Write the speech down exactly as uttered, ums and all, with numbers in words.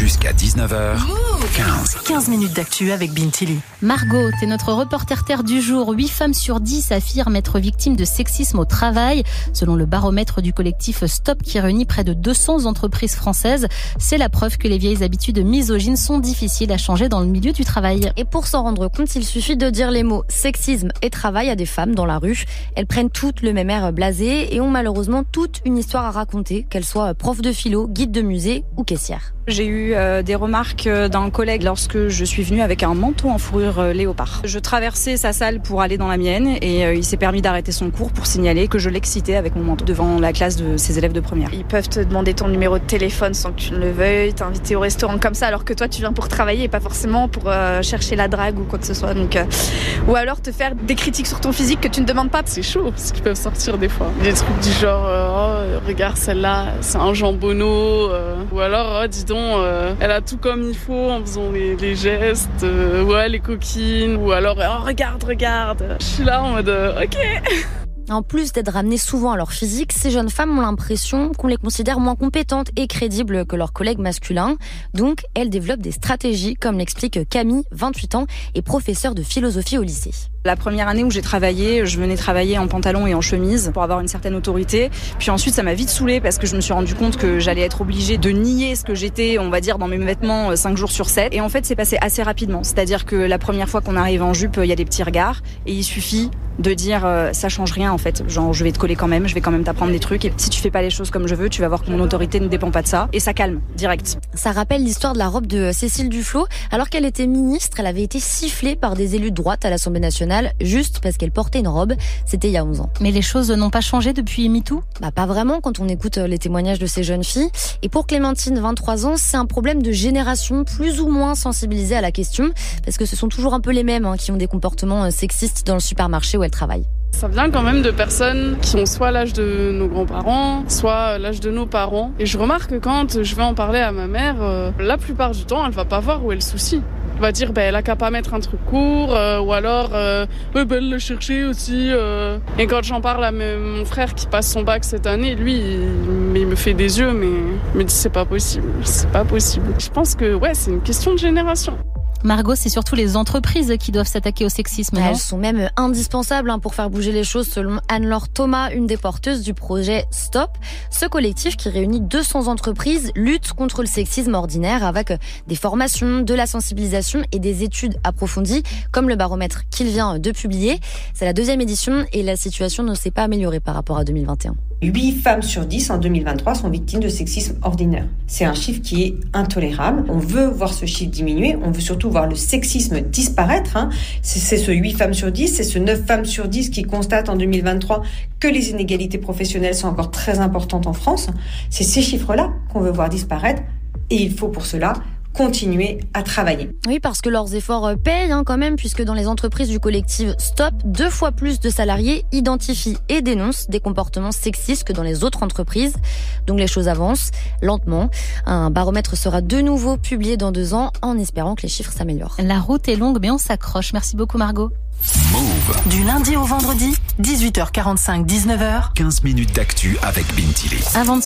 Jusqu'à dix-neuf heures quinze. quinze minutes d'actu avec Bintili. Margot, t'es notre reporter terre du jour. huit femmes sur dix affirment être victimes de sexisme au travail. Selon le baromètre du collectif Stop qui réunit près de deux cents entreprises françaises, c'est la preuve que les vieilles habitudes misogynes sont difficiles à changer dans le milieu du travail. Et pour s'en rendre compte, il suffit de dire les mots sexisme et travail à des femmes dans la rue. Elles prennent toutes le même air blasé et ont malheureusement toute une histoire à raconter, qu'elles soient prof de philo, guide de musée ou caissière. J'ai eu euh, des remarques d'un collègue lorsque je suis venue avec un manteau en fourrure euh, léopard. Je traversais sa salle pour aller dans la mienne et euh, il s'est permis d'arrêter son cours pour signaler que je l'excitais avec mon manteau devant la classe de ses élèves de première. Ils peuvent te demander ton numéro de téléphone sans que tu ne le veuilles, t'inviter au restaurant comme ça alors que toi tu viens pour travailler et pas forcément pour euh, chercher la drague ou quoi que ce soit. Donc, euh, ou alors te faire des critiques sur ton physique que tu ne demandes pas. C'est chaud ce qu'ils peuvent sortir des fois. Des trucs du genre euh, oh, regarde celle-là, c'est un jambonneau euh, ou alors oh, dis donc euh, elle a tout comme il faut en faisant les, les gestes, euh, ouais les coquines, ou alors oh, regarde, regarde. Je suis là en mode euh, ok. En plus d'être ramenées souvent à leur physique, ces jeunes femmes ont l'impression qu'on les considère moins compétentes et crédibles que leurs collègues masculins. Donc, elles développent des stratégies, comme l'explique Camille, vingt-huit ans, et professeure de philosophie au lycée. La première année où j'ai travaillé, je venais travailler en pantalon et en chemise pour avoir une certaine autorité. Puis ensuite, ça m'a vite saoulée parce que je me suis rendu compte que j'allais être obligée de nier ce que j'étais, on va dire, dans mes vêtements cinq jours sur sept. Et en fait, c'est passé assez rapidement. C'est-à-dire que la première fois qu'on arrive en jupe, il y a des petits regards et il suffit de dire euh, ça change rien en fait, genre je vais te coller quand même, je vais quand même t'apprendre des trucs et si tu fais pas les choses comme je veux, tu vas voir que mon autorité ne dépend pas de ça et ça calme direct. Ça rappelle l'histoire de la robe de Cécile Duflot. Alors qu'elle était ministre, elle avait été sifflée par des élus de droite à l'Assemblée nationale juste parce qu'elle portait une robe. C'était il y a onze ans. Mais les choses n'ont pas changé depuis MeToo ? Bah pas vraiment quand on écoute les témoignages de ces jeunes filles. Et pour Clémentine, vingt-trois ans, c'est un problème de génération plus ou moins sensibilisée à la question parce que ce sont toujours un peu les mêmes hein, qui ont des comportements sexistes dans le supermarché où elles travaillent. Ça vient quand même de personnes qui ont soit l'âge de nos grands-parents, soit l'âge de nos parents. Et je remarque que quand je vais en parler à ma mère, euh, la plupart du temps, elle va pas voir où est le souci. Elle va dire, ben, elle a qu'à pas mettre un truc court, euh, ou alors, euh, ouais, ben, elle l'a cherché aussi. Euh. Et quand j'en parle à mon frère qui passe son bac cette année, lui, il, il me fait des yeux, mais il me dit, c'est pas possible, c'est pas possible. Je pense que, ouais, c'est une question de génération. Margot, c'est surtout les entreprises qui doivent s'attaquer au sexisme, non ? Elles sont même indispensables hein, pour faire bouger les choses, selon Anne-Laure Thomas, une des porteuses du projet Stop. Ce collectif qui réunit deux cents entreprises lutte contre le sexisme ordinaire avec des formations, de la sensibilisation et des études approfondies, comme le baromètre qu'il vient de publier. C'est la deuxième édition et la situation ne s'est pas améliorée par rapport à deux mille vingt et un. huit femmes sur dix en deux mille vingt-trois sont victimes de sexisme ordinaire. C'est un chiffre qui est intolérable. On veut voir ce chiffre diminuer. On veut surtout voir le sexisme disparaître. Hein. C'est, c'est ce huit femmes sur dix, c'est ce neuf femmes sur dix qui constatent en deux mille vingt-trois que les inégalités professionnelles sont encore très importantes en France. C'est ces chiffres-là qu'on veut voir disparaître et il faut pour cela continuer à travailler. Oui, parce que leurs efforts payent hein, quand même, puisque dans les entreprises du collectif Stop, deux fois plus de salariés identifient et dénoncent des comportements sexistes que dans les autres entreprises. Donc les choses avancent lentement. Un baromètre sera de nouveau publié dans deux ans, en espérant que les chiffres s'améliorent. La route est longue, mais on s'accroche. Merci beaucoup, Margot. Move. Du lundi au vendredi, dix-huit heures quarante-cinq, dix-neuf heures. quinze minutes d'actu avec Bintili. Avant de